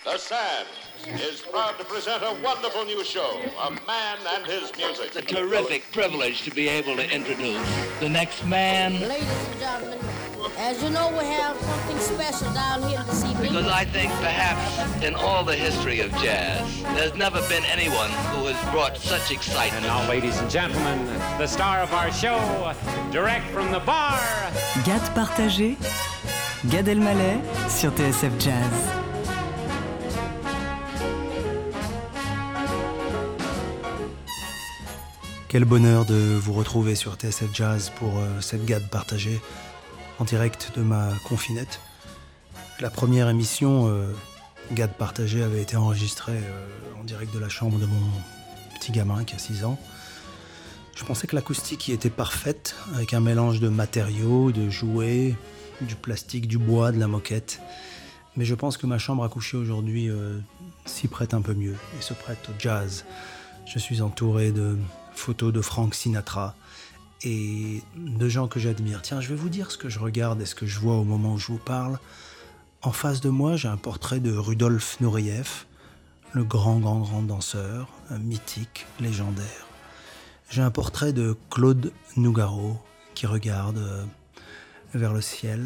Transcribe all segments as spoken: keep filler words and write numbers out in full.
The Sands is proud to present a wonderful new show, A Man and His Music. It's a terrific privilege to be able to introduce the next man. Ladies and gentlemen, as you know, we have something special down here this evening. Because I think perhaps in all the history of jazz, there's never been anyone who has brought such excitement. And now, ladies and gentlemen, the star of our show, direct from the bar. Gad partagé, Gad Elmaleh sur T S F Jazz. Quel bonheur de vous retrouver sur T S F Jazz pour euh, cette Gad partagée en direct de ma confinette. La première émission euh, Gad partagée avait été enregistrée euh, en direct de la chambre de mon petit gamin qui a six ans. Je pensais que l'acoustique y était parfaite, avec un mélange de matériaux, de jouets, du plastique, du bois, de la moquette. Mais je pense que ma chambre à coucher aujourd'hui euh, s'y prête un peu mieux et se prête au jazz. Je suis entouré de photos de Frank Sinatra et de gens que j'admire. Tiens, je vais vous dire ce que je regarde et ce que je vois au moment où je vous parle. En face de moi, j'ai un portrait de Rudolf Nureyev, le grand, grand, grand danseur, un mythique, légendaire. J'ai un portrait de Claude Nougaro qui regarde euh, vers le ciel.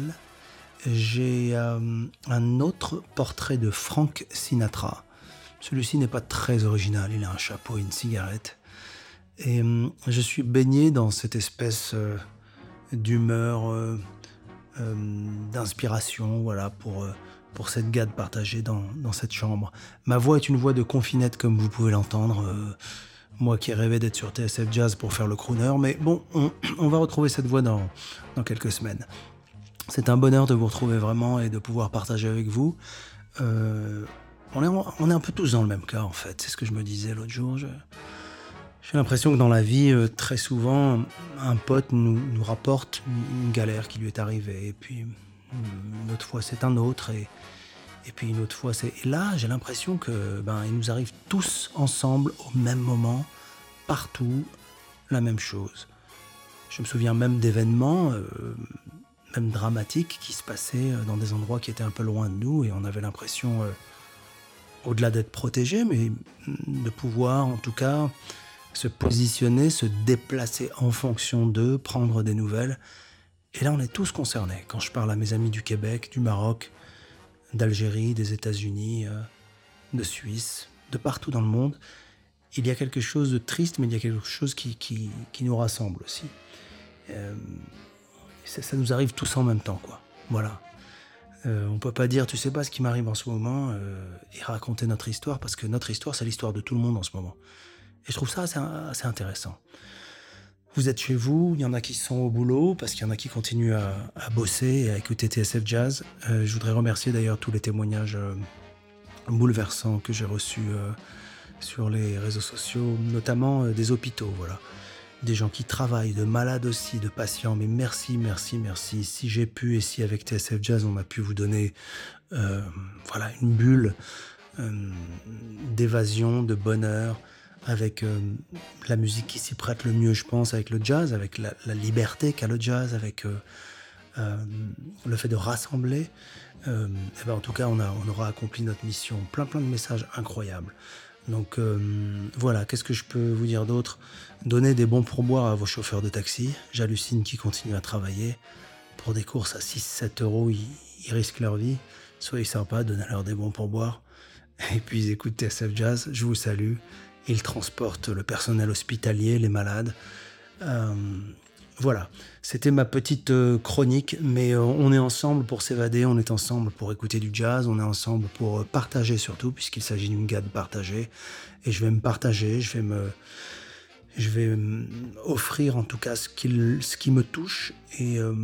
J'ai euh, un autre portrait de Frank Sinatra. Celui-ci n'est pas très original, il a un chapeau et une cigarette. Et euh, je suis baigné dans cette espèce euh, d'humeur, euh, euh, d'inspiration, voilà, pour, euh, pour cette Gad partagée dans, dans cette chambre. Ma voix est une voix de confinette, comme vous pouvez l'entendre. Euh, moi qui rêvais d'être sur T S F Jazz pour faire le crooner, mais bon, on, on va retrouver cette voix dans, dans quelques semaines. C'est un bonheur de vous retrouver vraiment et de pouvoir partager avec vous. Euh, on, est, on est un peu tous dans le même cas, en fait. C'est ce que je me disais l'autre jour. Je... J'ai l'impression que dans la vie, euh, très souvent, un pote nous, nous rapporte une galère qui lui est arrivée. Et puis, une autre fois, c'est un autre. Et, et puis, une autre fois, c'est... Et là, j'ai l'impression que ben, il nous arrive tous ensemble, au même moment, partout, la même chose. Je me souviens même d'événements, euh, même dramatiques, qui se passaient dans des endroits qui étaient un peu loin de nous. Et on avait l'impression, euh, au-delà d'être protégé, mais de pouvoir, en tout cas... se positionner, se déplacer en fonction d'eux, prendre des nouvelles. Et là, on est tous concernés. Quand je parle à mes amis du Québec, du Maroc, d'Algérie, des États-Unis, euh, de Suisse, de partout dans le monde, il y a quelque chose de triste, mais il y a quelque chose qui, qui, qui nous rassemble aussi. Euh, ça, ça nous arrive tous en même temps, quoi. Voilà. Euh, on peut pas dire, tu sais pas ce qui m'arrive en ce moment, euh, et raconter notre histoire, parce que notre histoire, c'est l'histoire de tout le monde en ce moment. Et je trouve ça assez, assez intéressant. Vous êtes chez vous, il y en a qui sont au boulot, parce qu'il y en a qui continuent à, à bosser et à écouter T S F Jazz. Euh, je voudrais remercier d'ailleurs tous les témoignages euh, bouleversants que j'ai reçus euh, sur les réseaux sociaux, notamment euh, des hôpitaux, voilà. Des gens qui travaillent, de malades aussi, de patients. Mais merci, merci, merci. Si j'ai pu, et si avec T S F Jazz, on a pu vous donner euh, voilà, une bulle euh, d'évasion, de bonheur, avec euh, la musique qui s'y prête le mieux, je pense, avec le jazz, avec la, la liberté qu'a le jazz, avec euh, euh, le fait de rassembler. Euh, et ben en tout cas, on, a, on aura accompli notre mission. Plein, plein de messages incroyables. Donc euh, voilà, qu'est-ce que je peux vous dire d'autre ? Donnez des bons pourboires à vos chauffeurs de taxi. J'hallucine qu'ils continuent à travailler. Pour des courses à six à sept euros, ils, ils risquent leur vie. Soyez sympas, donnez-leur des bons pourboires. Et puis ils écoutent T S F Jazz, je vous salue. Ils transportent le personnel hospitalier, les malades. Euh, voilà, c'était ma petite euh, chronique, mais euh, on est ensemble pour s'évader, on est ensemble pour écouter du jazz, on est ensemble pour euh, partager surtout, puisqu'il s'agit d'une Gad partagée. Et je vais me partager, je vais me, je vais offrir en tout cas ce qui, ce qui me touche et, euh,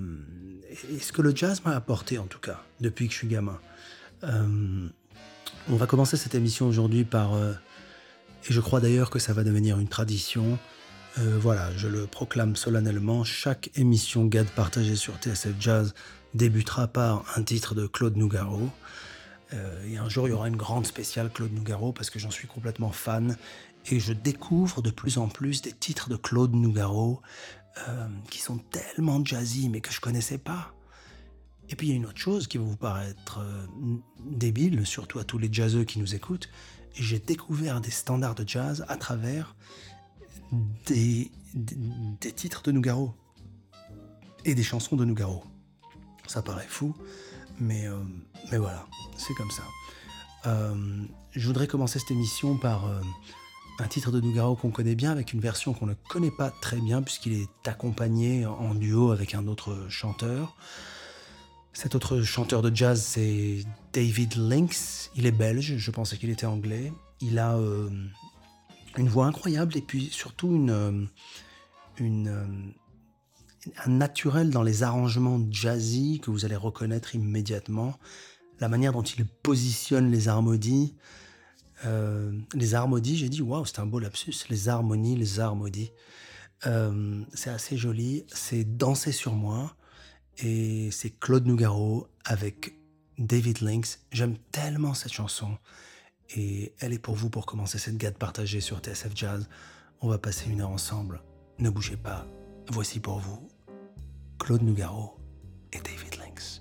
et ce que le jazz m'a apporté en tout cas, depuis que je suis gamin. Euh, on va commencer cette émission aujourd'hui par... Euh, Et je crois d'ailleurs que ça va devenir une tradition. Euh, voilà, je le proclame solennellement. Chaque émission Gad partagée sur T S F Jazz débutera par un titre de Claude Nougaro. Euh, et un jour, il y aura une grande spéciale Claude Nougaro parce que j'en suis complètement fan. Et je découvre de plus en plus des titres de Claude Nougaro euh, qui sont tellement jazzy, mais que je connaissais pas. Et puis il y a une autre chose qui va vous paraître euh, débile, surtout à tous les jazzeux qui nous écoutent. J'ai découvert des standards de jazz à travers des, des, des titres de Nougaro et des chansons de Nougaro. Ça paraît fou, mais, euh, mais voilà, c'est comme ça. Euh, je voudrais commencer cette émission par euh, un titre de Nougaro qu'on connaît bien, avec une version qu'on ne connaît pas très bien, puisqu'il est accompagné en duo avec un autre chanteur. Cet autre chanteur de jazz, c'est David Lynx. Il est belge, je pensais qu'il était anglais. Il a euh, une voix incroyable et puis surtout une, euh, une, euh, un naturel dans les arrangements jazzy que vous allez reconnaître immédiatement. La manière dont il positionne les harmonies. Euh, les harmonies, j'ai dit, waouh, c'est un beau lapsus. Les harmonies, les harmonies. Euh, c'est assez joli. C'est Danser sur moi. Et c'est Claude Nougaro avec David Lynx. J'aime tellement cette chanson. Et elle est pour vous pour commencer cette gade partagée sur T S F Jazz. On va passer une heure ensemble. Ne bougez pas. Voici pour vous Claude Nougaro et David Lynx.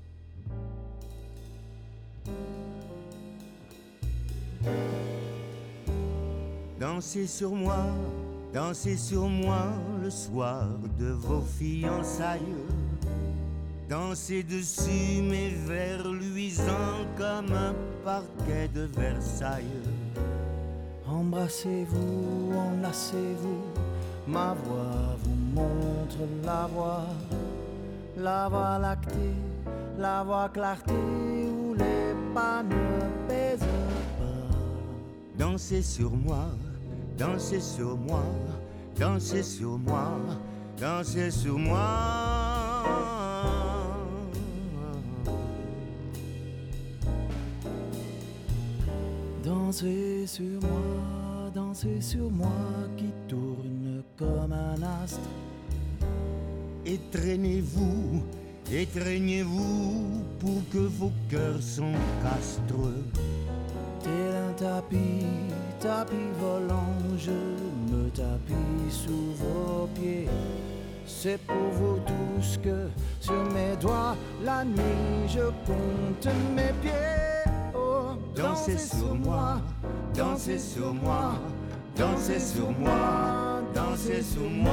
Dansez sur moi, dansez sur moi le soir de vos fiançailles. Dansez dessus mes vers luisants comme un parquet de Versailles. Embrassez-vous, enlacez-vous, ma voix vous montre la voie. La voie lactée, la voie clarté où les pas ne pèsent pas. Dansez sur moi, dansez sur moi, dansez sur moi, dansez sur moi. Dansez sur moi, dansez sur moi qui tourne comme un astre. Étreignez-vous, étreignez-vous pour que vos cœurs s'encastrent. Tel un tapis, tapis volant, je me tapis sous vos pieds. C'est pour vous tous que sur mes doigts, la nuit, je compte mes pieds. Oh, dansez sur moi, dansez sur moi, dansez sur moi, dansez sur moi.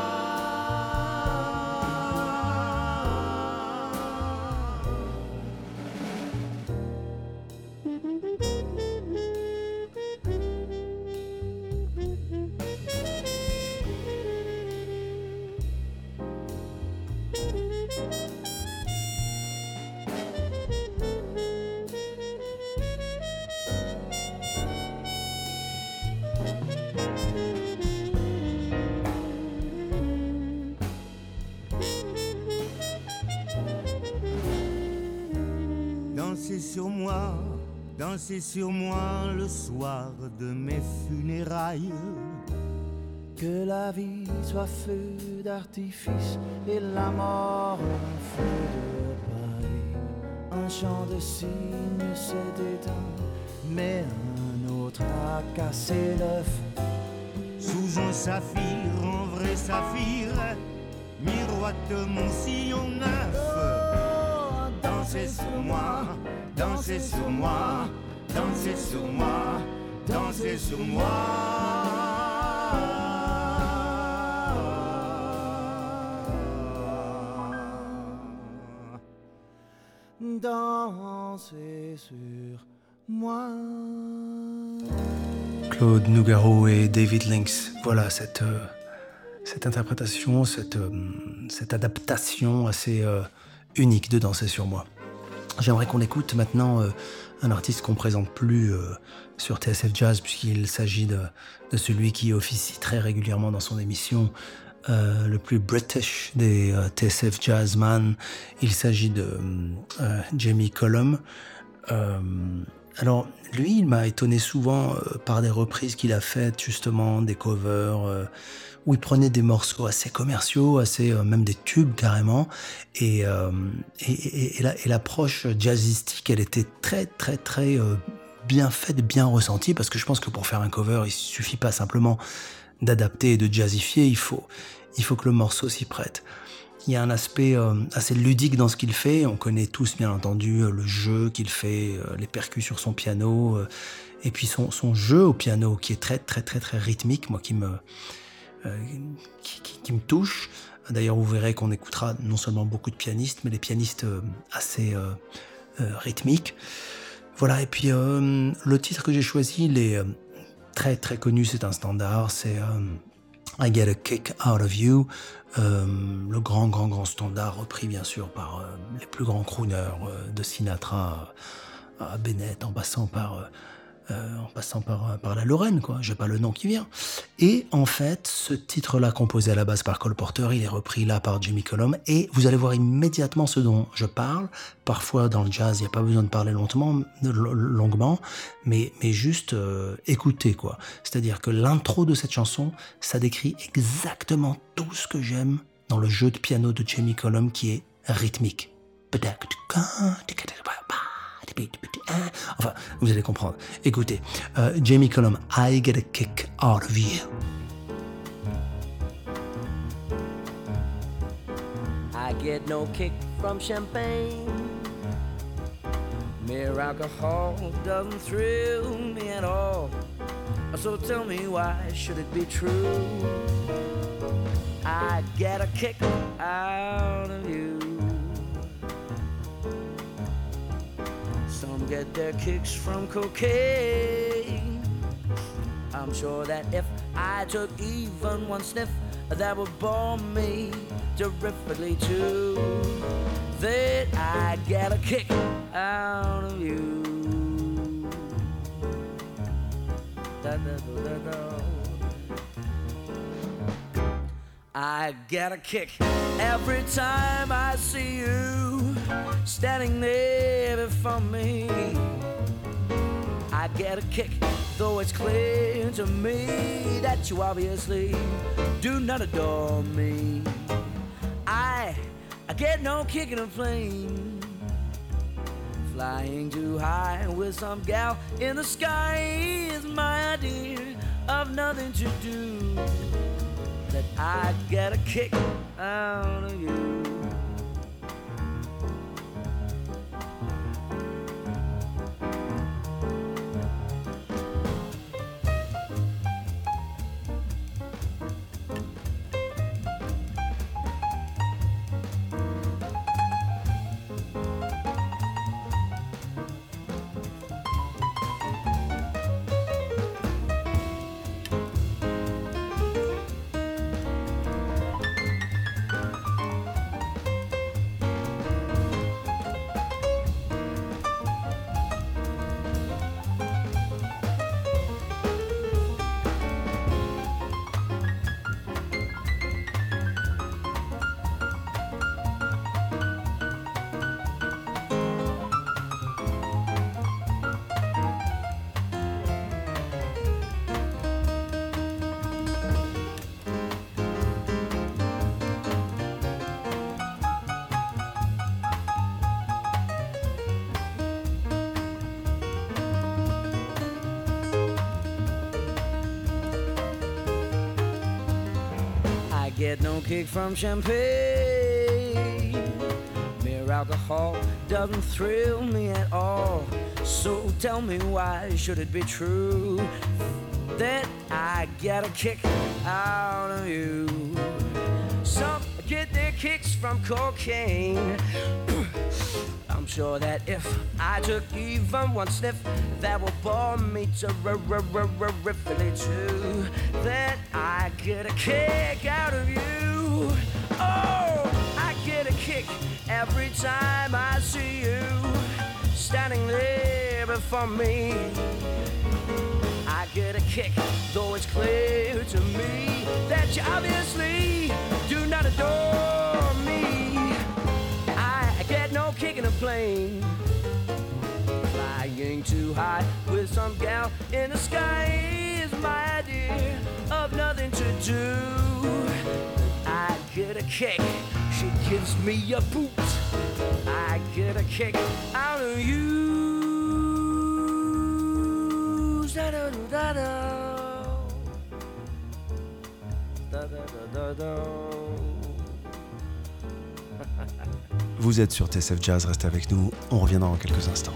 Dansez sur moi, dansez sur moi le soir de mes funérailles. Que la vie soit feu d'artifice et la mort un feu de paille. Un chant de cygne s'est éteint, mais un autre a cassé l'œuf. Sous un saphir, un vrai saphir, miroite mon sillon neuf. Dansez sur moi, dansez sur moi, dansez sur moi, dansez sur moi. Dansez sur moi. Claude Nougaro et David Lynx. Voilà cette, euh, cette interprétation, cette, euh, cette adaptation assez euh, unique de Danser sur moi. J'aimerais qu'on écoute maintenant euh, un artiste qu'on ne présente plus euh, sur T S F Jazz, puisqu'il s'agit de, de celui qui officie très régulièrement dans son émission, euh, le plus British des euh, T S F Jazzman. Il s'agit de euh, Jamie Cullum. Euh, alors, lui, il m'a étonné souvent euh, par des reprises qu'il a faites, justement, des covers, euh, où il prenait des morceaux assez commerciaux, assez euh, même des tubes carrément, et, euh, et, et, et, la, et l'approche jazzistique, elle était très très très euh, bien faite, bien ressentie, parce que je pense que pour faire un cover, il suffit pas simplement d'adapter et de jazzifier, il faut, il faut que le morceau s'y prête. il y a un aspect euh, assez ludique dans ce qu'il fait. On connaît tous, bien entendu, euh, le jeu qu'il fait, euh, les percus sur son piano, euh, et puis son, son jeu au piano qui est très, très, très, très rythmique, moi, qui me, euh, qui, qui, qui me touche. D'ailleurs, vous verrez qu'on écoutera non seulement beaucoup de pianistes, mais des pianistes euh, assez euh, euh, rythmiques. Voilà, et puis euh, le titre que j'ai choisi, il est euh, très, très connu, c'est un standard, c'est euh, I Get a Kick Out of You, euh, le grand, grand, grand standard, repris bien sûr par euh, les plus grands crooners, euh, de Sinatra à Bennett, en passant par... Euh, Euh, en passant par, par la Lorraine, quoi. J'ai pas le nom qui vient. Et en fait, ce titre-là, composé à la base par Cole Porter, il est repris là par Jimmy Cullum, et vous allez voir immédiatement ce dont je parle. Parfois, dans le jazz, il n'y a pas besoin de parler longuement, longuement mais, mais juste euh, écouter, quoi. C'est-à-dire que l'intro de cette chanson, ça décrit exactement tout ce que j'aime dans le jeu de piano de Jimmy Cullum, qui est rythmique. Enfin, vous allez comprendre. Écoutez, euh, Jamie Cullum, I Get a Kick Out of You. I get no kick from champagne. Mere alcohol doesn't thrill me at all. So tell me, why should it be true? I get a kick out of you. Some get their kicks from cocaine. I'm sure that if I took even one sniff, that would bore me terrifically too. That I get a kick out of you. Da, da, da, da, da. I get a kick every time I see you standing there before me. I get a kick, though it's clear to me that you obviously do not adore me. I, I get no kick in a plane, flying too high with some gal in the sky is my idea of nothing to do. That I get a kick out of you. Get no kick from champagne. Mere alcohol doesn't thrill me at all. So tell me, why should it be true that I get a kick out of you? Some get their kicks from cocaine. I'm sure that if I took even one sniff, that would bore me terrifically too. That I get a kick out of you. Oh, I get a kick every time I see you standing there before me. I get a kick, though it's clear to me that you obviously do not adore me. I get no kick in a plane, flying too high with some gal in the sky is my idea of nothing to do. I get a kick, she gives me a boot. I get a kick out of you. Da-da-da-da-da. Da-da-da-da-da. Vous êtes sur T S F Jazz, restez avec nous, on reviendra dans quelques instants.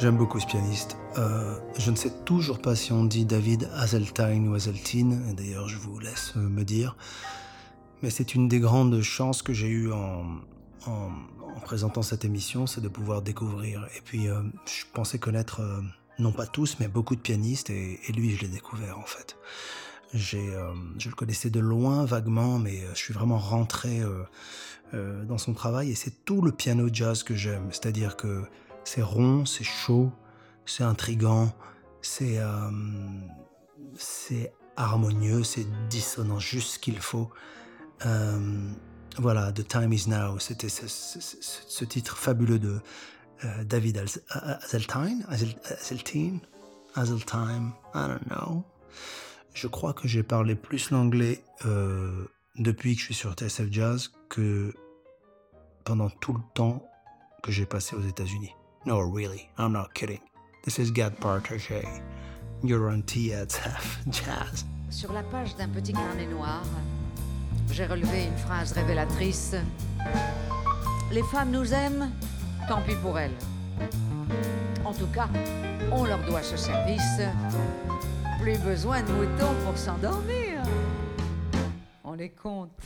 J'aime beaucoup ce pianiste. Euh, je ne sais toujours pas si on dit David Hazeltine ou Hazeltine, et d'ailleurs je vous laisse me dire. Mais c'est une des grandes chances que j'ai eues en, en, en présentant cette émission, c'est de pouvoir découvrir. Et puis euh, je pensais connaître, euh, non pas tous, mais beaucoup de pianistes, et, et lui je l'ai découvert en fait. J'ai, euh, je le connaissais de loin, vaguement, mais je suis vraiment rentré euh, euh, dans son travail, et c'est tout le piano jazz que j'aime. C'est-à-dire que c'est rond, c'est chaud, c'est intriguant, c'est, euh, c'est harmonieux, c'est dissonant, juste ce qu'il faut. Euh, voilà, The Time Is Now, c'était ce, ce, ce, ce titre fabuleux de euh, David Hazeltine, Hazeltine, Hazeltine, I don't know. Je crois que j'ai parlé plus l'anglais euh, depuis que je suis sur T S F Jazz que pendant tout le temps que j'ai passé aux États-Unis. No, really, I'm not kidding. This is Gad Partagé. You're on T S F Jazz. Sur la page d'un petit carnet noir, j'ai relevé une phrase révélatrice. Les femmes nous aiment, tant pis pour elles. En tout cas, on leur doit ce service. Plus besoin de moutons pour s'endormir. On les compte.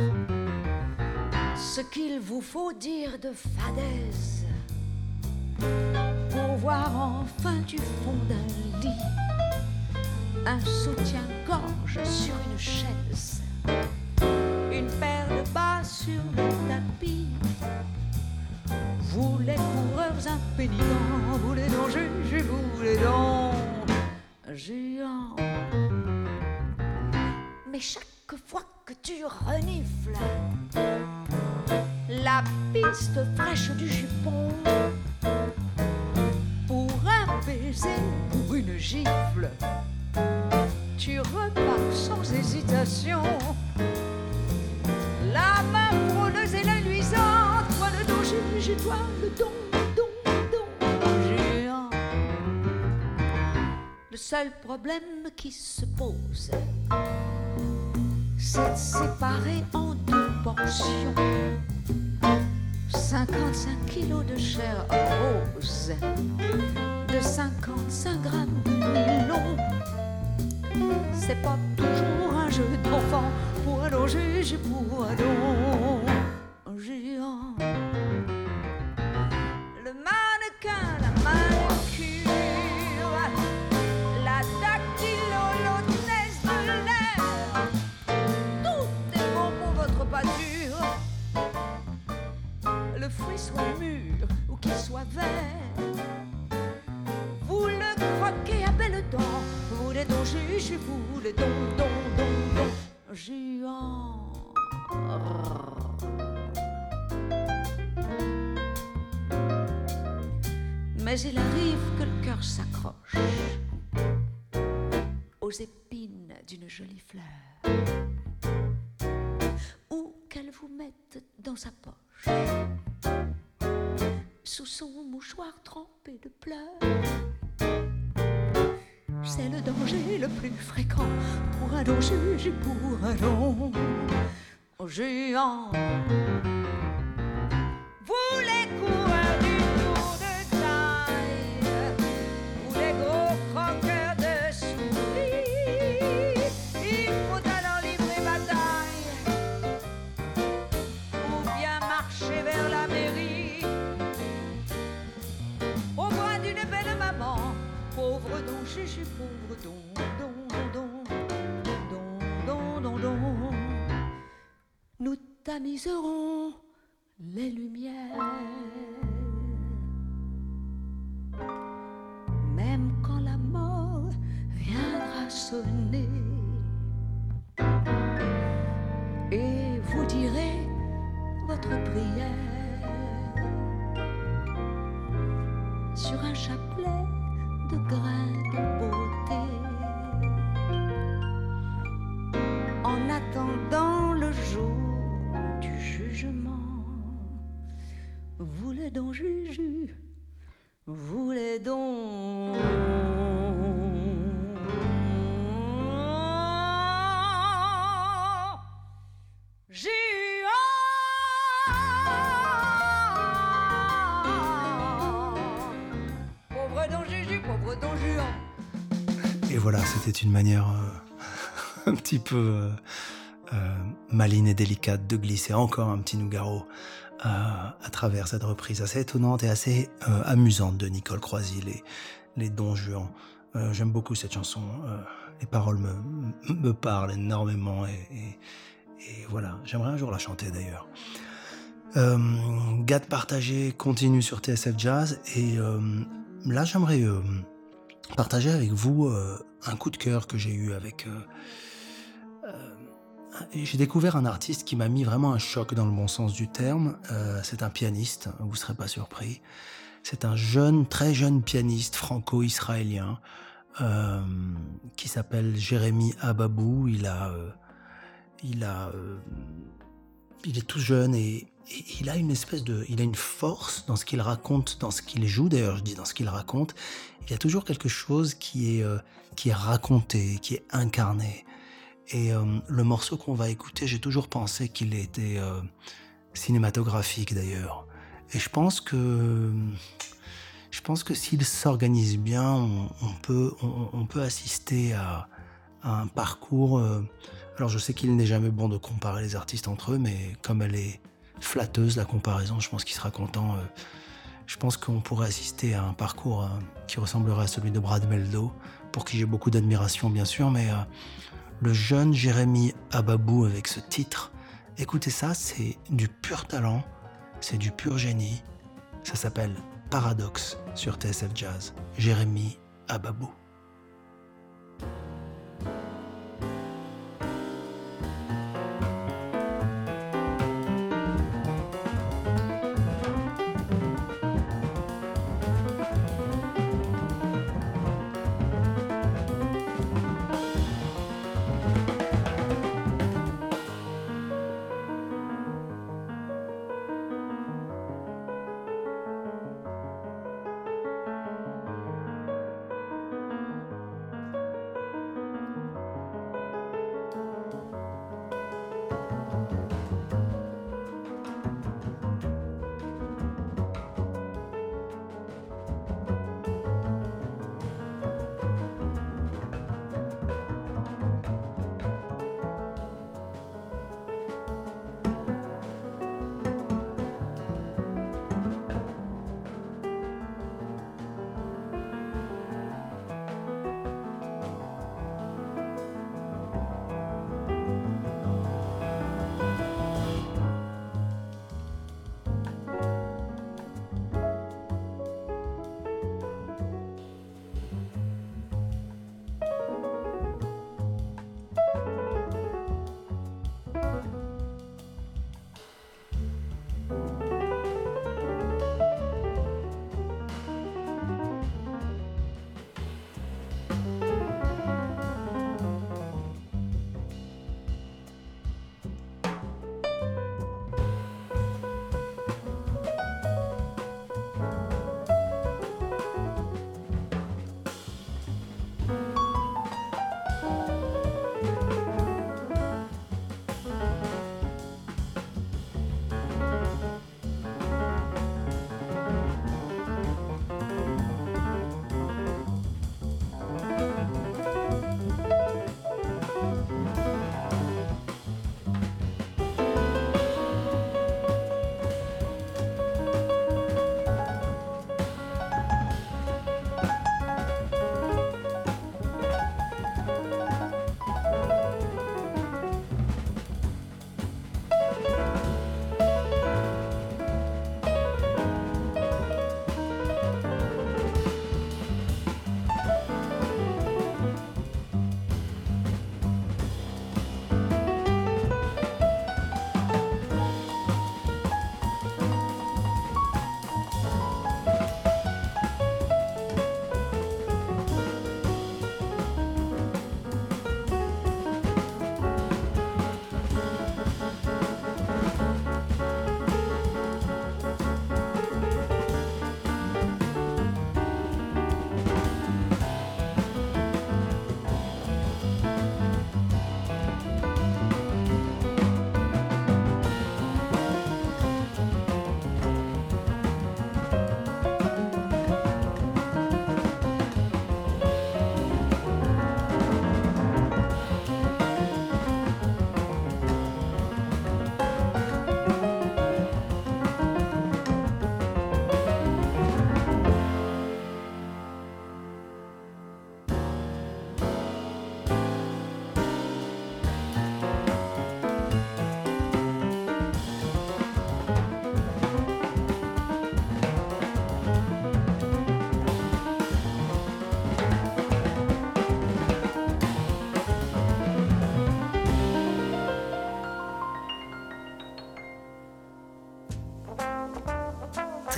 Ce qu'il vous faut dire de fadaise pour voir enfin du fond d'un lit un soutien-gorge sur une chaise, une paire de bas sur le tapis. Vous les coureurs impénitents, vous les dons juges, vous les dons géants. Mais chaque fois que tu renifles la piste fraîche du jupon pour un baiser, pour une gifle, tu repars sans hésitation. La main frôleuse et la luisante, toi le don juge, toi le don, don, don géant. Le seul problème qui se pose, c'est de séparer en deux portions cinquante-cinq kilos de chair rose, de cinquante-cinq grammes de nylon. C'est pas toujours un jeu d'enfant pour un juge et pour un don géant. Le mannequin, la manucure, la dactylolotesse de l'air, tout est bon pour votre pâture. Le fruit soit mûr ou qu'il soit vert, vous le croquez à belles dents, vous les dons juges, vous les dons, dons, dons, dons géants. Mais il arrive que le cœur s'accroche aux épines d'une jolie fleur, ou qu'elle vous mette dans sa poche sous son mouchoir trempé de pleurs. C'est le danger le plus fréquent pour un don juge et pour un don géant. Vous les coureurs du tour de taille, vous les gros croqueurs de souris, il faut alors livrer bataille ou bien marcher vers la mairie au bras d'une belle maman. Pauvre don, juge, pauvre don, don, don, don, don, don, don. Nous tamiserons les lumières, même quand la mort viendra sonner, et vous direz votre prière sur un chapelet de grains de beauté. En attendant le jour du jugement, vous les dons juges, vous les dons géants. voilà, c'était une manière euh, un petit peu euh, euh, maligne et délicate de glisser encore un petit Nougaro euh, à travers cette reprise assez étonnante et assez euh, amusante de Nicole Croisy, les, les Don Juan. Euh, j'aime beaucoup cette chanson. Euh, les paroles me, me parlent énormément et, et, et voilà, j'aimerais un jour la chanter d'ailleurs. Euh, Gade partagé continue sur T S F Jazz et euh, là j'aimerais euh, partager avec vous euh, un coup de cœur que j'ai eu avec... Euh, euh, j'ai découvert un artiste qui m'a mis vraiment un choc dans le bon sens du terme. Euh, c'est un pianiste, vous ne serez pas surpris. C'est un jeune, très jeune pianiste franco-israélien euh, qui s'appelle Jérémy Ababou. Il a... Euh, il a... Euh, il est tout jeune et, et il a une espèce de... Il a une force dans ce qu'il raconte, dans ce qu'il joue. D'ailleurs, je dis dans ce qu'il raconte. Il y a toujours quelque chose qui est, euh, qui est raconté, qui est incarné. Et euh, le morceau qu'on va écouter, j'ai toujours pensé qu'il était euh, cinématographique d'ailleurs. Et je pense que, je pense que s'il s'organise bien, on, on, peut, on, on peut assister à, à un parcours. Euh, alors je sais qu'il n'est jamais bon de comparer les artistes entre eux, mais comme elle est flatteuse la comparaison, je pense qu'il sera content. Euh, je pense qu'on pourrait assister à un parcours euh, qui ressemblerait à celui de Brad Meldo, pour qui j'ai beaucoup d'admiration bien sûr, mais... Euh, le jeune Jérémy Ababou avec ce titre. Écoutez ça, c'est du pur talent, c'est du pur génie. Ça s'appelle Paradoxe sur T S F Jazz. Jérémy Ababou.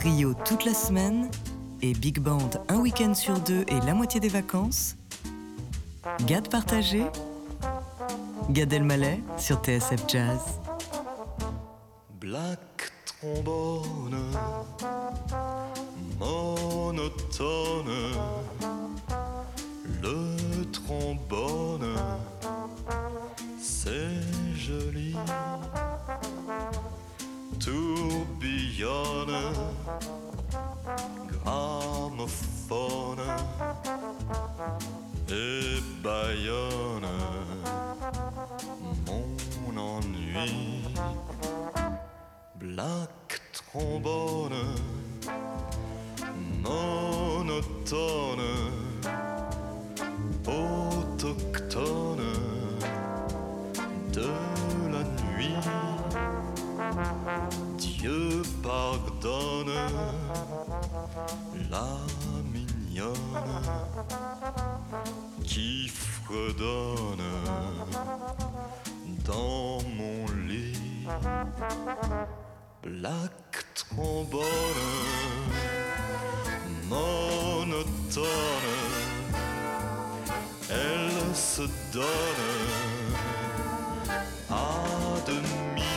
Trio toute la semaine et Big Band un week-end sur deux et la moitié des vacances. Gad partagé, Gad Elmaleh sur T S F Jazz. Black trombone, monotone, le trombone, c'est joli, tourbillonne, gramophone et bâillonne mon ennui. Black trombone, monotone, autochtone de la nuit. Dieu pardonne la mignonne qui fredonne dans mon lit. Black trombone, monotone, elle se donne à demi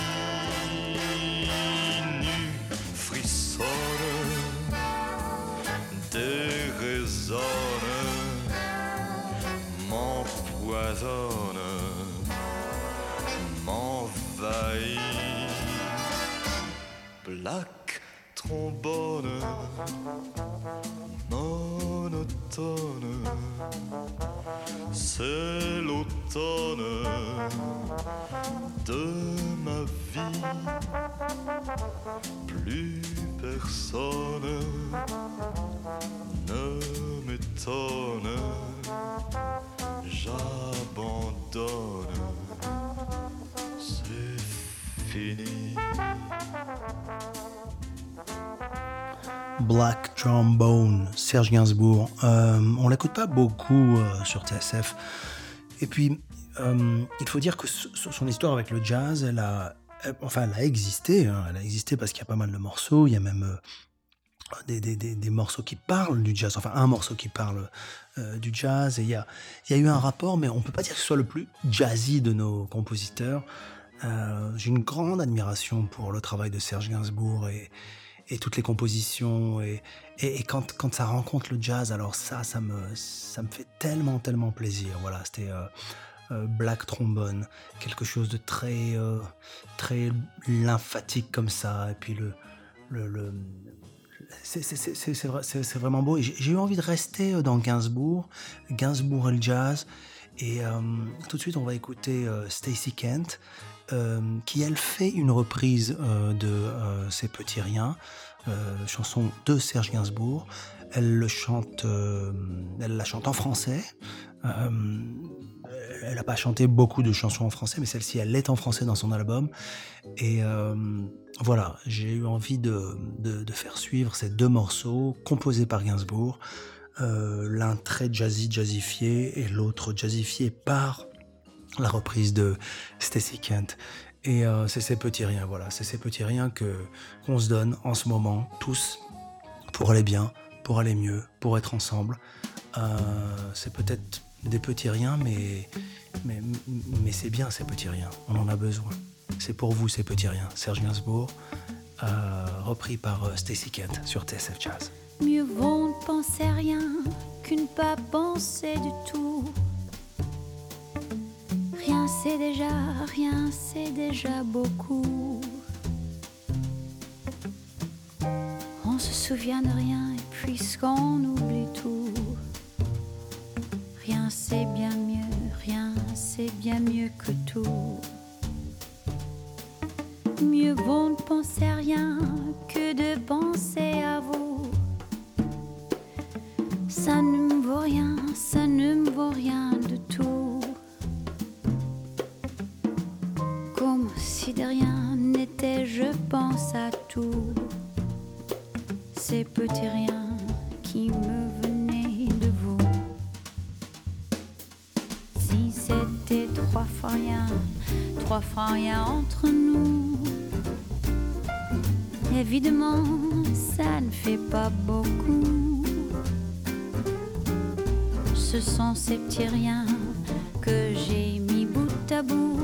nue, frissonne, déraisonne, m'empoisonne, m'envahit. Black trombone, monotone, c'est l'automne de ma vie. Plus personne ne m'étonne, j'abandonne, c'est fini. Black Trombone, Serge Gainsbourg. Euh, on l'écoute pas beaucoup euh, sur T S F. Et puis, euh, il faut dire que s- son histoire avec le jazz, elle a, elle- enfin, elle a existé. Hein, elle a existé parce qu'il y a pas mal de morceaux. Il y a même euh, des, des, des, des morceaux qui parlent du jazz. Enfin, un morceau qui parle euh, du jazz. Et il y a, il y a eu un rapport, mais on peut pas dire que ce soit le plus jazzy de nos compositeurs. Euh, j'ai une grande admiration pour le travail de Serge Gainsbourg et et toutes les compositions et, et, et quand, quand ça rencontre le jazz, alors ça, ça me, ça me fait tellement, tellement plaisir. Voilà, c'était euh, euh, Black Trombone, quelque chose de très, euh, très lymphatique comme ça, et puis le, le, le c'est, c'est, c'est, c'est, c'est, c'est, c'est vraiment beau. Et j'ai, j'ai eu envie de rester dans Gainsbourg, Gainsbourg et le jazz, et euh, tout de suite on va écouter euh, Stacey Kent. Euh, qui elle fait une reprise euh, de euh, Ces petits riens, euh, chanson de Serge Gainsbourg. Elle le chante, euh, elle la chante en français. Euh, elle n'a pas chanté beaucoup de chansons en français, mais celle-ci, elle est en français dans son album. Et euh, voilà, j'ai eu envie de, de, de faire suivre ces deux morceaux composés par Gainsbourg. Euh, l'un très jazzy, jazzifié, et l'autre jazzifié par la reprise de Stacey Kent. Et euh, c'est ces petits riens, voilà, c'est ces petits riens que, qu'on se donne en ce moment, tous, pour aller bien, pour aller mieux, pour être ensemble. Euh, c'est peut-être des petits riens, mais, mais, mais c'est bien ces petits riens, on en a besoin. C'est pour vous ces petits riens. Serge Gainsbourg, euh, repris par euh, Stacey Kent sur T S F Jazz. Mieux vaut ne penser rien qu'une pas penser du tout. Rien c'est déjà, rien c'est déjà beaucoup. On se souvient de rien et puisqu'on oublie tout. Rien c'est bien mieux, rien c'est bien mieux que tout. Mieux vaut ne penser à rien que de penser à vous. Ça ne me vaut rien, ça ne me vaut rien de tout. Comme si de rien n'était, je pense à tout. Ces petits riens qui me venaient de vous. Si c'était trois fois rien, trois fois rien entre nous. Évidemment, ça ne fait pas beaucoup. Ce sont ces petits riens que j'ai mis bout à bout.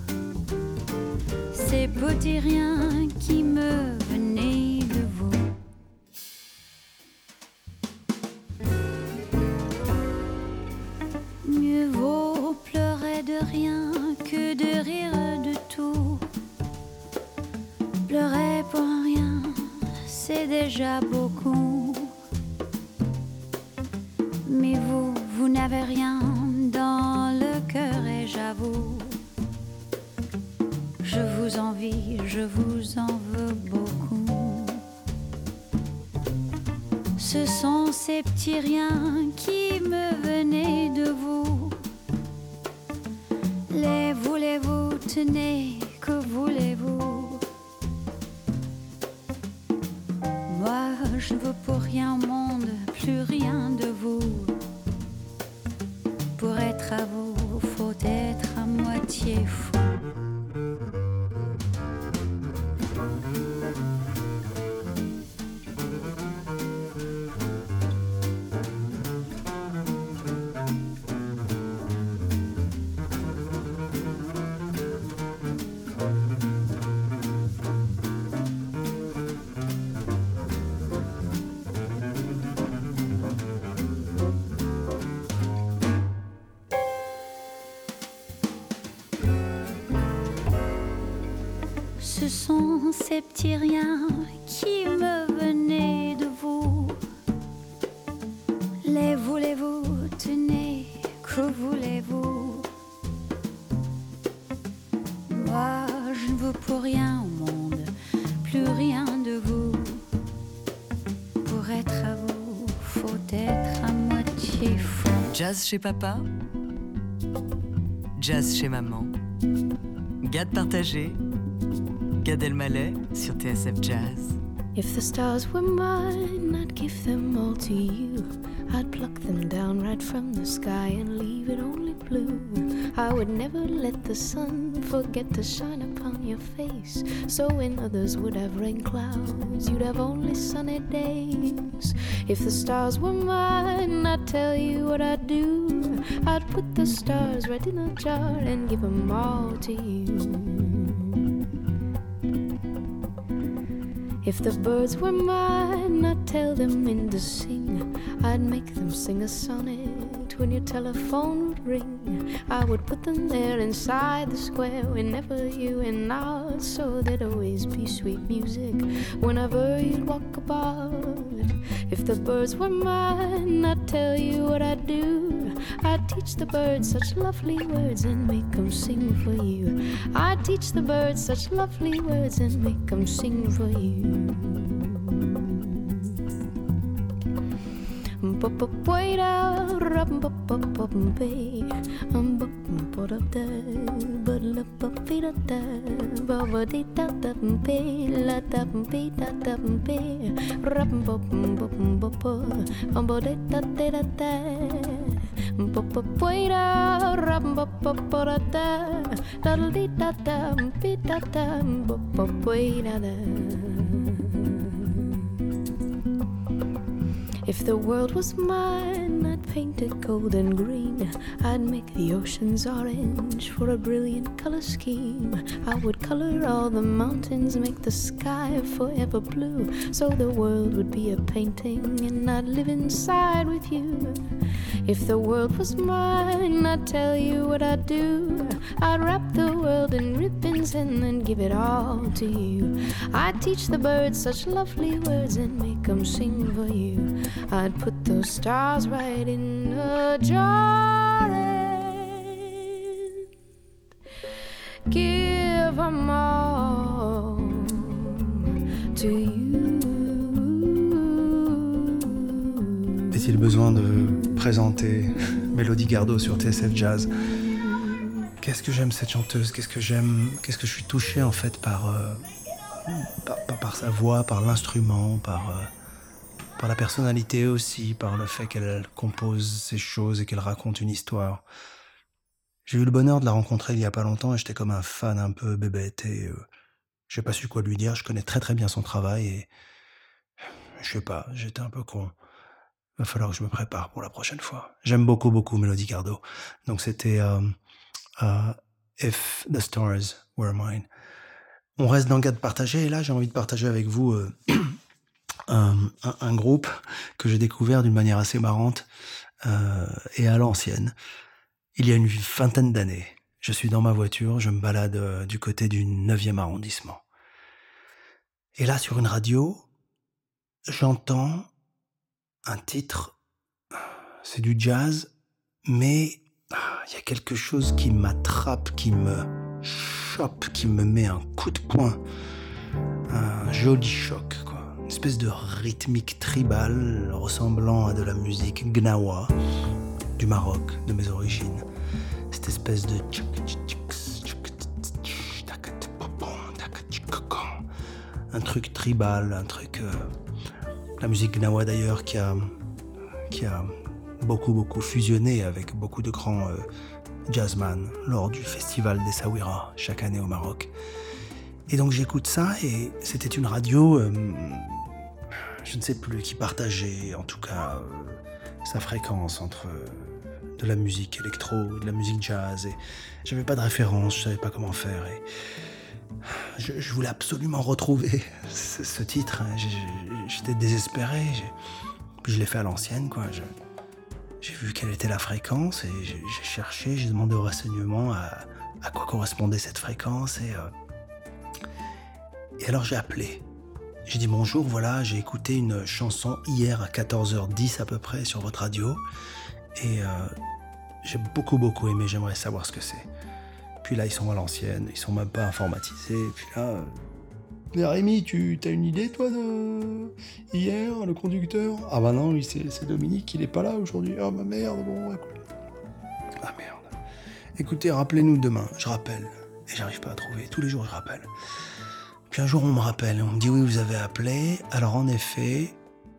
Ces petits riens qui me venaient de vous. Mieux vaut pleurer de rien que de rire de tout. Pleurer pour rien, c'est déjà beaucoup. Mais vous, vous n'avez rien dans le cœur et j'avoue, je vous envie, je vous en veux beaucoup. Ce sont ces petits riens qui me venaient de vous. Les voulez-vous, tenez, que voulez-vous? Moi, je ne veux pour rien au monde, plus rien de vous. Pour être à vous, faut être à moitié fou. Ce sont ces petits riens qui me venaient de vous. Les voulez-vous, tenez, que voulez-vous? Moi, je ne veux pour rien au monde, plus rien de vous. Pour être à vous, faut être à moitié fou. Jazz chez papa, jazz chez maman. Gad partagé, Gad Elmaleh sur T S F Jazz. If the stars were mine, I'd give them all to you. I'd pluck them down right from the sky and leave it only blue. I would never let the sun forget to shine upon your face. So when others would have rain clouds, you'd have only sunny days. If the stars were mine, I'd tell you what I'd do. I'd put the stars right in a jar and give them all to you. If the birds were mine, I'd tell them when to sing. I'd make them sing a sonnet when your telephone would ring. I would put them there inside the square whenever you went out, so there'd always be sweet music whenever you'd walk about. If the birds were mine, I'd tell you what I'd do. I'd teach the birds such lovely words and make them sing for you. I'd teach the birds such lovely words and make them sing for you. Wait out, rum pop pop pop bay, um pop pop up da, but la pop da da, ba ba dee da da bay, la da bay da da bay, rum pop pop pop, um ba dee da da da da, pop pop wait out, rum pop pop da da, da dee da da, be da da, pop pop wait da da. If the world was mine, I'd paint it gold and green. I'd make the oceans orange for a brilliant color scheme. I would color all the mountains, make the sky forever blue, so the world would be a painting and I'd live inside with you. If the world was mine, I'd tell you what I'd do. I'd wrap the world in ribbons and then give it all to you. I'd teach the birds such lovely words and make them sing for you. I'd put those stars right in a jar and give them all to you. Est-il besoin de présenter Mélodie Gardot sur T S F Jazz? Qu'est-ce que j'aime cette chanteuse, qu'est-ce que j'aime, qu'est-ce que je suis touché en fait par, euh, par, par, par sa voix, par l'instrument, par... Euh, par la personnalité aussi, par le fait qu'elle compose ces choses et qu'elle raconte une histoire. J'ai eu le bonheur de la rencontrer il y a pas longtemps et j'étais comme un fan un peu bébête et euh, J'ai pas su quoi lui dire, je connais très très bien son travail et je sais pas, j'étais un peu con. Va falloir que je me prépare pour la prochaine fois. J'aime beaucoup beaucoup Melody Gardot. Donc c'était euh, euh, If the Stars Were Mine. On reste dans Gad partagé et là j'ai envie de partager avec vous euh, un, un, un groupe que j'ai découvert d'une manière assez marrante euh, et à l'ancienne. Il y a une vingtaine d'années, je suis dans ma voiture, je me balade euh, du côté du neuvième arrondissement. Et là sur une radio, j'entends un titre, c'est du jazz, mais il y a quelque chose qui m'attrape, qui me chope, qui me met un coup de poing, un joli choc, quoi. Une espèce de rythmique tribale ressemblant à de la musique gnawa du Maroc, de mes origines. Cette espèce de un truc tribal, un truc euh, la musique gnawa d'ailleurs qui a qui a beaucoup beaucoup fusionné avec beaucoup de grands euh, jazzman lors du festival des Saouira chaque année au Maroc. Et donc j'écoute ça et c'était une radio, euh, je ne sais plus, qui partageait en tout cas euh, sa fréquence entre euh, de la musique électro, de la musique jazz et j'avais pas de référence, je savais pas comment faire et je, je voulais absolument retrouver ce, ce titre. Hein. J'étais désespéré, je l'ai fait à l'ancienne quoi. Je, J'ai vu quelle était la fréquence et j'ai cherché, j'ai demandé au renseignement à, à quoi correspondait cette fréquence et, euh, et alors j'ai appelé. J'ai dit bonjour, voilà, j'ai écouté une chanson hier à quatorze heures dix à peu près sur votre radio et euh, j'ai beaucoup beaucoup aimé, j'aimerais savoir ce que c'est. Puis là ils sont à l'ancienne, ils sont même pas informatisés, et puis là... Euh... Mais Rémi, tu as une idée, toi, de hier, le conducteur? Ah bah non, lui, c'est, c'est Dominique, il est pas là aujourd'hui. Ah bah merde, bon, écoute. Ah merde. Écoutez, rappelez-nous demain, je rappelle. Et j'arrive pas à trouver, tous les jours je rappelle. Puis un jour on me rappelle, on me dit oui, vous avez appelé. Alors en effet,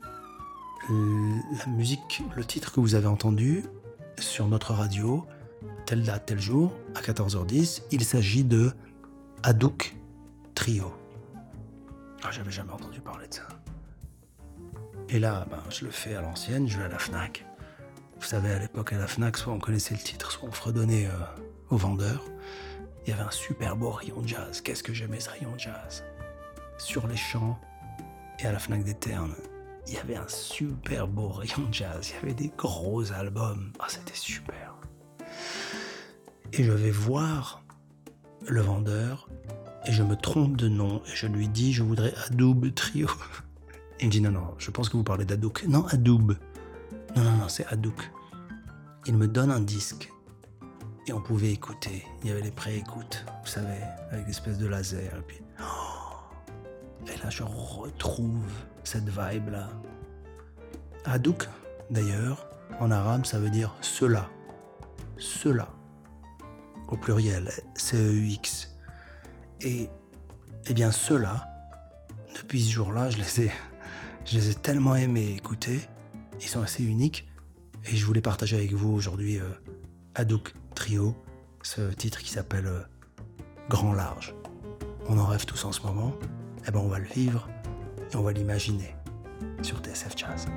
la musique, le titre que vous avez entendu sur notre radio, telle date, tel jour, à quatorze heures dix, il s'agit de Hadouk Trio. Ah, j'avais jamais entendu parler de ça. Et là, ben, je le fais à l'ancienne, je vais à la Fnac. Vous savez, à l'époque, à la Fnac, soit on connaissait le titre, soit on fredonnait euh, au vendeur. Il y avait un super beau rayon de jazz. Qu'est-ce que j'aimais ce rayon de jazz. Sur les champs et à la Fnac des Ternes, il y avait un super beau rayon de jazz. Il y avait des gros albums. Ah, c'était super. Et je vais voir le vendeur et je me trompe de nom et je lui dis je voudrais Hadouk Trio. Il me dit non non, je pense que vous parlez d'Hadouk. Non, Hadouk. Non non non, c'est Hadouk. Il me donne un disque et on pouvait écouter. Il y avait les pré-écoutes, vous savez, avec des espèces de laser et puis oh, et là je retrouve cette vibe là. Hadouk d'ailleurs en arabe ça veut dire cela. Cela. Au pluriel, C E U X. Et, eh bien, ceux-là, depuis ce jour-là, je les ai, je les ai tellement aimés écouter. Ils sont assez uniques. Et je voulais partager avec vous aujourd'hui euh, Hadouk Trio, ce titre qui s'appelle euh, Grand Large. On en rêve tous en ce moment. Eh ben, on va le vivre et on va l'imaginer sur T S F Jazz.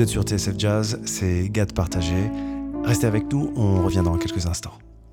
êtes sur T S F Jazz, c'est Gad Partagé. Restez avec nous, on revient dans quelques instants.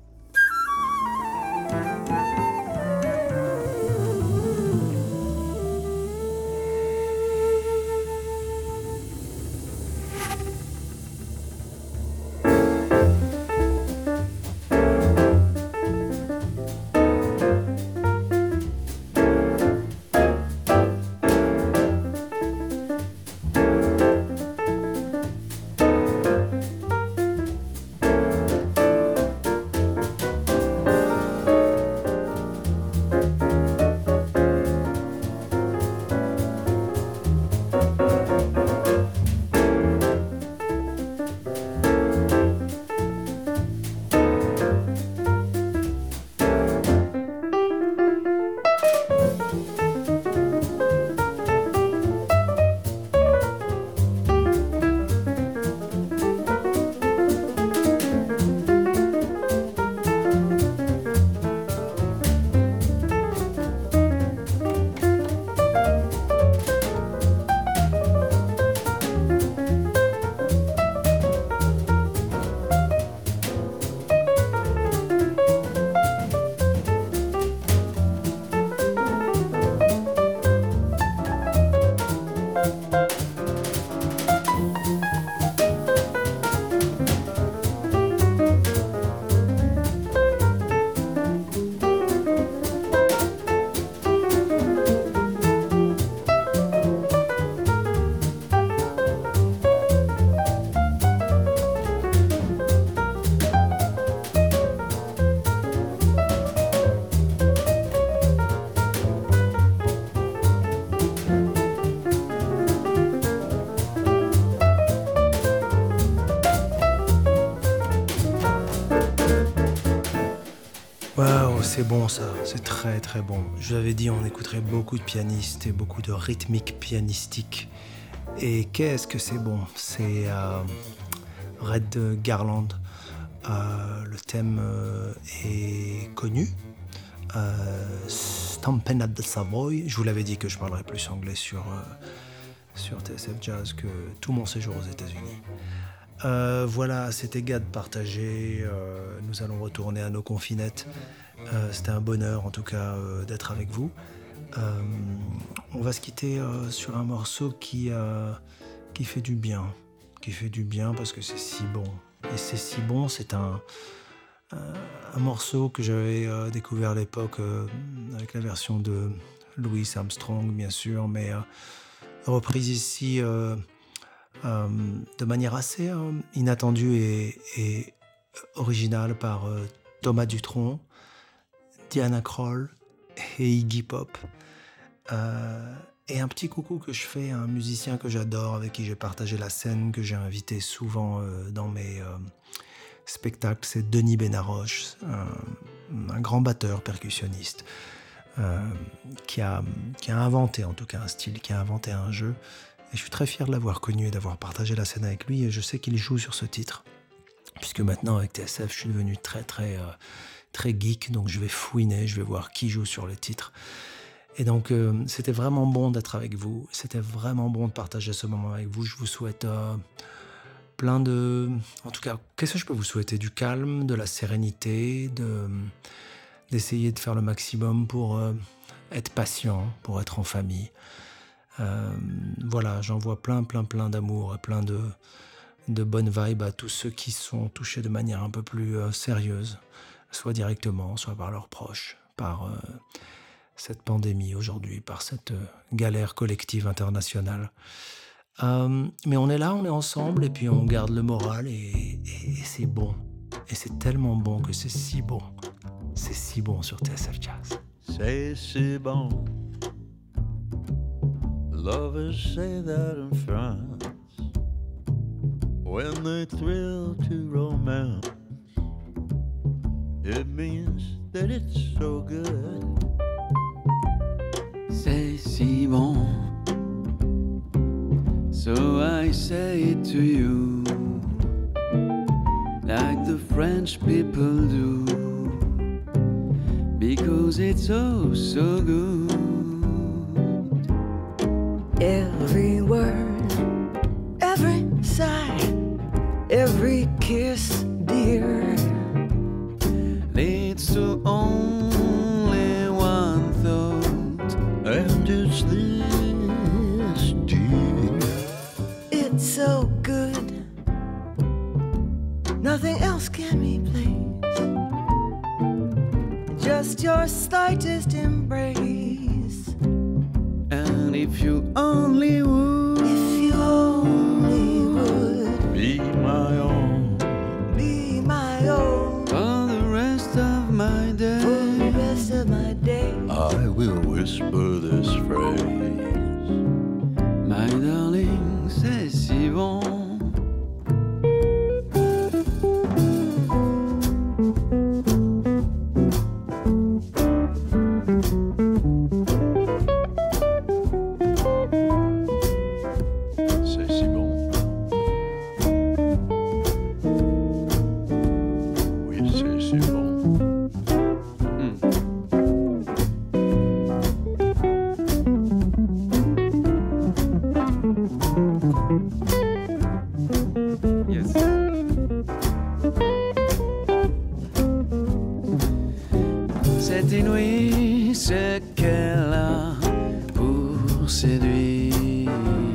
Waouh, c'est bon ça, c'est très très bon. Je vous avais dit on écouterait beaucoup de pianistes et beaucoup de rythmiques pianistiques. Et qu'est-ce que c'est bon, c'est euh, Red Garland. Euh, le thème euh, est connu. Euh, Stampin' at the Savoy. Je vous l'avais dit que je parlerais plus anglais sur, euh, sur T S F Jazz que tout mon séjour aux États-Unis. Euh, voilà, c'était Gad Partagé. Euh, nous allons retourner à nos confinettes. Euh, c'était un bonheur, en tout cas, euh, d'être avec vous. Euh, on va se quitter euh, sur un morceau qui, euh, qui fait du bien. Qui fait du bien parce que c'est si bon. Et c'est si bon, c'est un, euh, un morceau que j'avais euh, découvert à l'époque euh, avec la version de Louis Armstrong, bien sûr, mais euh, reprise ici... Euh, Euh, de manière assez euh, inattendue et, et originale par euh, Thomas Dutronc, Diana Krall et Iggy Pop. Euh, et un petit coucou que je fais à un musicien que j'adore, avec qui j'ai partagé la scène, que j'ai invité souvent euh, dans mes euh, spectacles, c'est Denis Benaroche, un, un grand batteur percussionniste euh, qui, a, qui a inventé en tout cas un style, qui a inventé un jeu. Et je suis très fier de l'avoir connu et d'avoir partagé la scène avec lui. Et je sais qu'il joue sur ce titre. Puisque maintenant, avec T S F, je suis devenu très, très, euh, très geek. Donc, je vais fouiner, je vais voir qui joue sur le titre. Et donc, euh, c'était vraiment bon d'être avec vous. C'était vraiment bon de partager ce moment avec vous. Je vous souhaite euh, plein de... En tout cas, qu'est-ce que je peux vous souhaiter? Du calme, de la sérénité, de... d'essayer de faire le maximum pour euh, être patient, pour être en famille. Euh, voilà, j'envoie plein, plein, plein d'amour et plein de, de bonnes vibes à tous ceux qui sont touchés de manière un peu plus euh, sérieuse, soit directement, soit par leurs proches, par euh, cette pandémie aujourd'hui, par cette euh, galère collective internationale. Euh, mais on est là, on est ensemble, et puis on garde le moral, et, et, et c'est bon. Et c'est tellement bon que c'est si bon. C'est si bon sur T S F Jazz. C'est si bon. Lovers say that in France when they thrill to romance. It means that it's so good. C'est si bon. So I say it to you, like the French people do, because it's oh so good. Every word, every kiss, dear, leads to only one thought, and it's this, dear. It's so good, nothing else can replace just your slightest embrace. And if you only would, if you only would Be my own be my own for the rest of my day. for the rest of my day, I will whisper this phrase. My darling, c'est si bon. C'est si bon. Oui, c'est si bon. Hmm. Yes. c'est inouï ce qu'elle a pour séduire,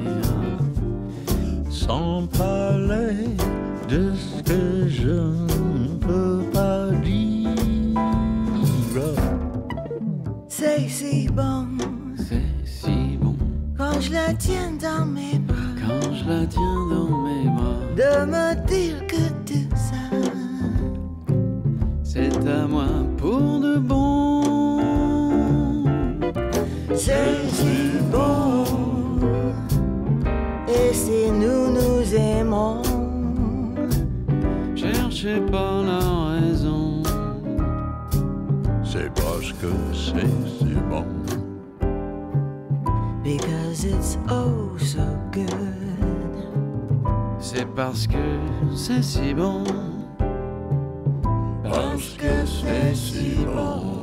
Sans parler de ce que je ne peux pas dire. c'est si bon C'est si bon quand je la tiens dans mes bras, quand je la tiens dans mes bras. de me dire que tout ça C'est à moi pour de bon. c'est si bon. Et si nous nous aimons, Cherchez pas la raison. C'est parce que c'est si bon. because it's oh so good. C'est parce que c'est si bon. Parce que c'est si bon.